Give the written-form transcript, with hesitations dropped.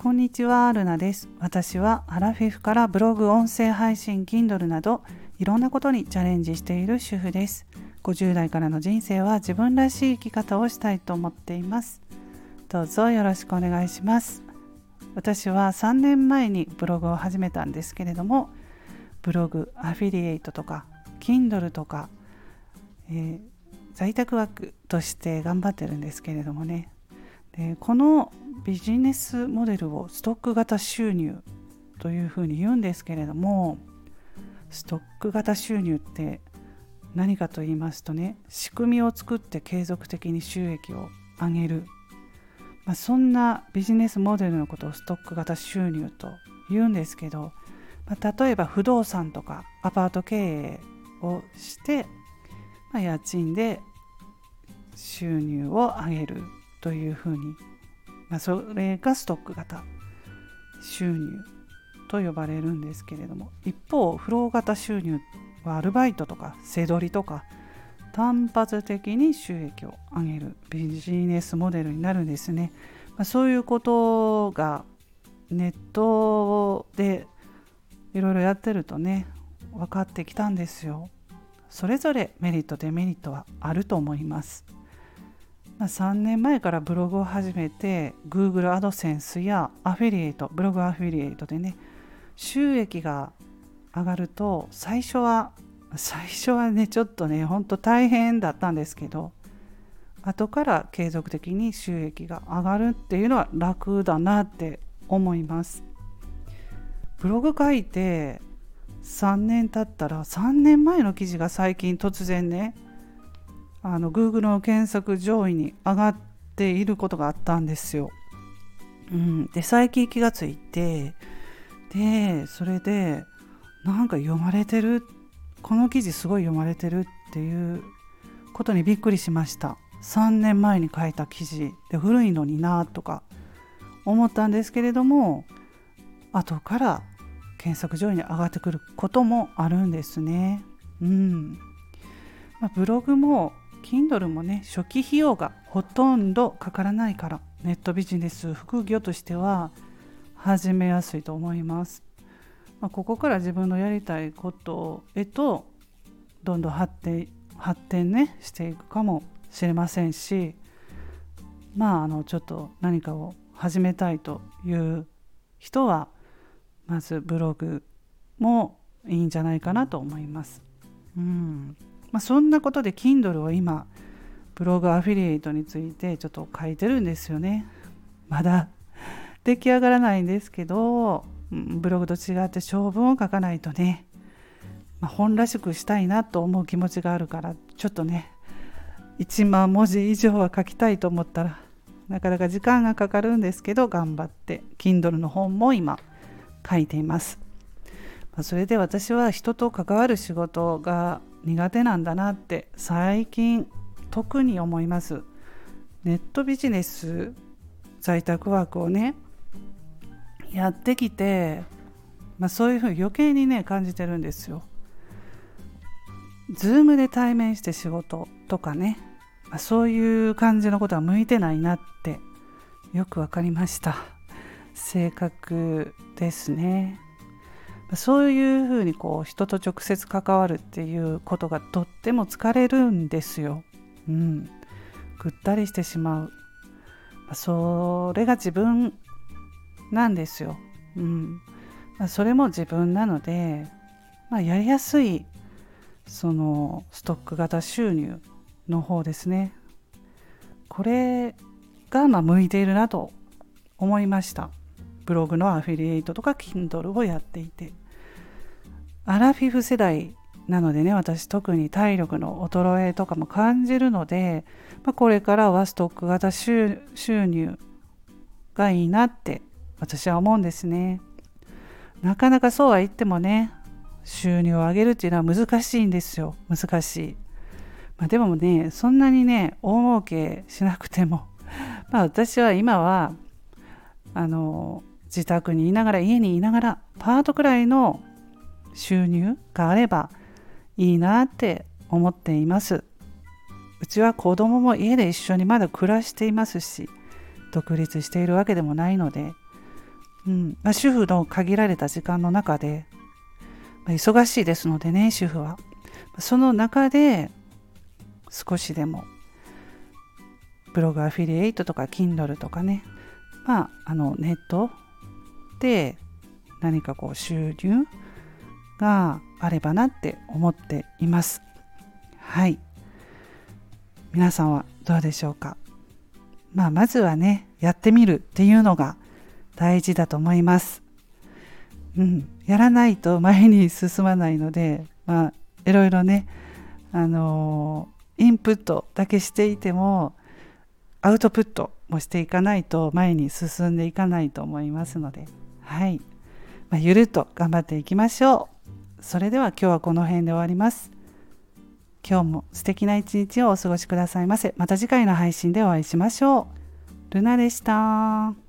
こんにちは、ルナです。私はアラフィフからブログ、音声配信、Kindle などいろんなことにチャレンジしている主婦です。50代からの人生は自分らしい生き方をしたいと思っています。どうぞよろしくお願いします。私は3年前にブログを始めたんですけれども、ブログ、アフィリエイトとか Kindle とか、在宅ワークとして頑張ってるんですけれどもね、でこのビジネスモデルをストック型収入というふうに言うんですけれども、ストック型収入って何かと言いますとね、仕組みを作って継続的に収益を上げる、そんなビジネスモデルのことをストック型収入と言うんですけど、例えば不動産とかアパート経営をして、家賃で収入を上げるというふうに、それがストック型収入と呼ばれるんですけれども、一方フロー型収入はアルバイトとか背取りとか単発的に収益を上げるビジネスモデルになるんですね。そういうことがネットでいろいろやってるとね、分かってきたんですよ。それぞれメリットデメリットはあると思います。3年前からブログを始めて Google アドセンスやアフィリエイト、ブログアフィリエイトでね、収益が上がると最初はねちょっとね本当大変だったんですけど、後から継続的に収益が上がるっていうのは楽だなって思います。ブログ書いて3年経ったら3年前の記事が最近突然ねGoogle の検索上位に上がっていることがあったんですよ。で最近気がついて、でそれでなんか読まれてる、この記事すごい読まれてるっていうことにびっくりしました。3年前に書いた記事で古いのになとか思ったんですけれども、後から検索上位に上がってくることもあるんですね。ブログもKindle もね、初期費用がほとんどかからないから、ネットビジネス副業としては始めやすいと思います。ここから自分のやりたいことへとどんどん発展ねしていくかもしれませんし、ちょっと何かを始めたいという人はまずブログもいいんじゃないかなと思います。そんなことで Kindle を今ブログアフィリエイトについてちょっと書いてるんですよね。まだ出来上がらないんですけど、ブログと違って長文を書かないとね、本らしくしたいなと思う気持ちがあるから、ちょっとね1万文字以上は書きたいと思ったらなかなか時間がかかるんですけど、頑張って Kindle の本も今書いています。それで私は人と関わる仕事が苦手なんだなって最近特に思います。ネットビジネス、在宅ワークをねやってきて、そういうふうに余計にね感じてるんですよ。Zoom で対面して仕事とかね、そういう感じのことは向いてないなってよくわかりました。性格ですね。そういうふうに人と直接関わるっていうことがとっても疲れるんですよ。ぐったりしてしまう。それが自分なんですよ。それも自分なので、やりやすいそのストック型収入の方ですね。これが向いているなと思いました。ブログのアフィリエイトとか Kindle をやっていて、アラフィフ世代なのでね、私特に体力の衰えとかも感じるので、これからはストック型収入がいいなって私は思うんですね。なかなかそうは言ってもね、収入を上げるっていうのは難しいんですよ。難しい。でもね、そんなにね大儲けしなくても私は今は自宅にいながら、家にいながらパートくらいの収入があればいいなって思っています。うちは子供も家で一緒にまだ暮らしていますし、独立しているわけでもないので、 主婦の限られた時間の中で、忙しいですのでね、主婦はその中で少しでもブログアフィリエイトとか Kindle とかね、ネットで何か収入があればなって思っています。はい、皆さんはどうでしょうか。まずはね、やってみるっていうのが大事だと思います。やらないと前に進まないので、いろいろね、インプットだけしていてもアウトプットもしていかないと前に進んでいかないと思いますので、ゆるっと頑張っていきましょう。それでは今日はこの辺で終わります。今日も素敵な一日をお過ごしくださいませ。また次回の配信でお会いしましょう。ルナでした。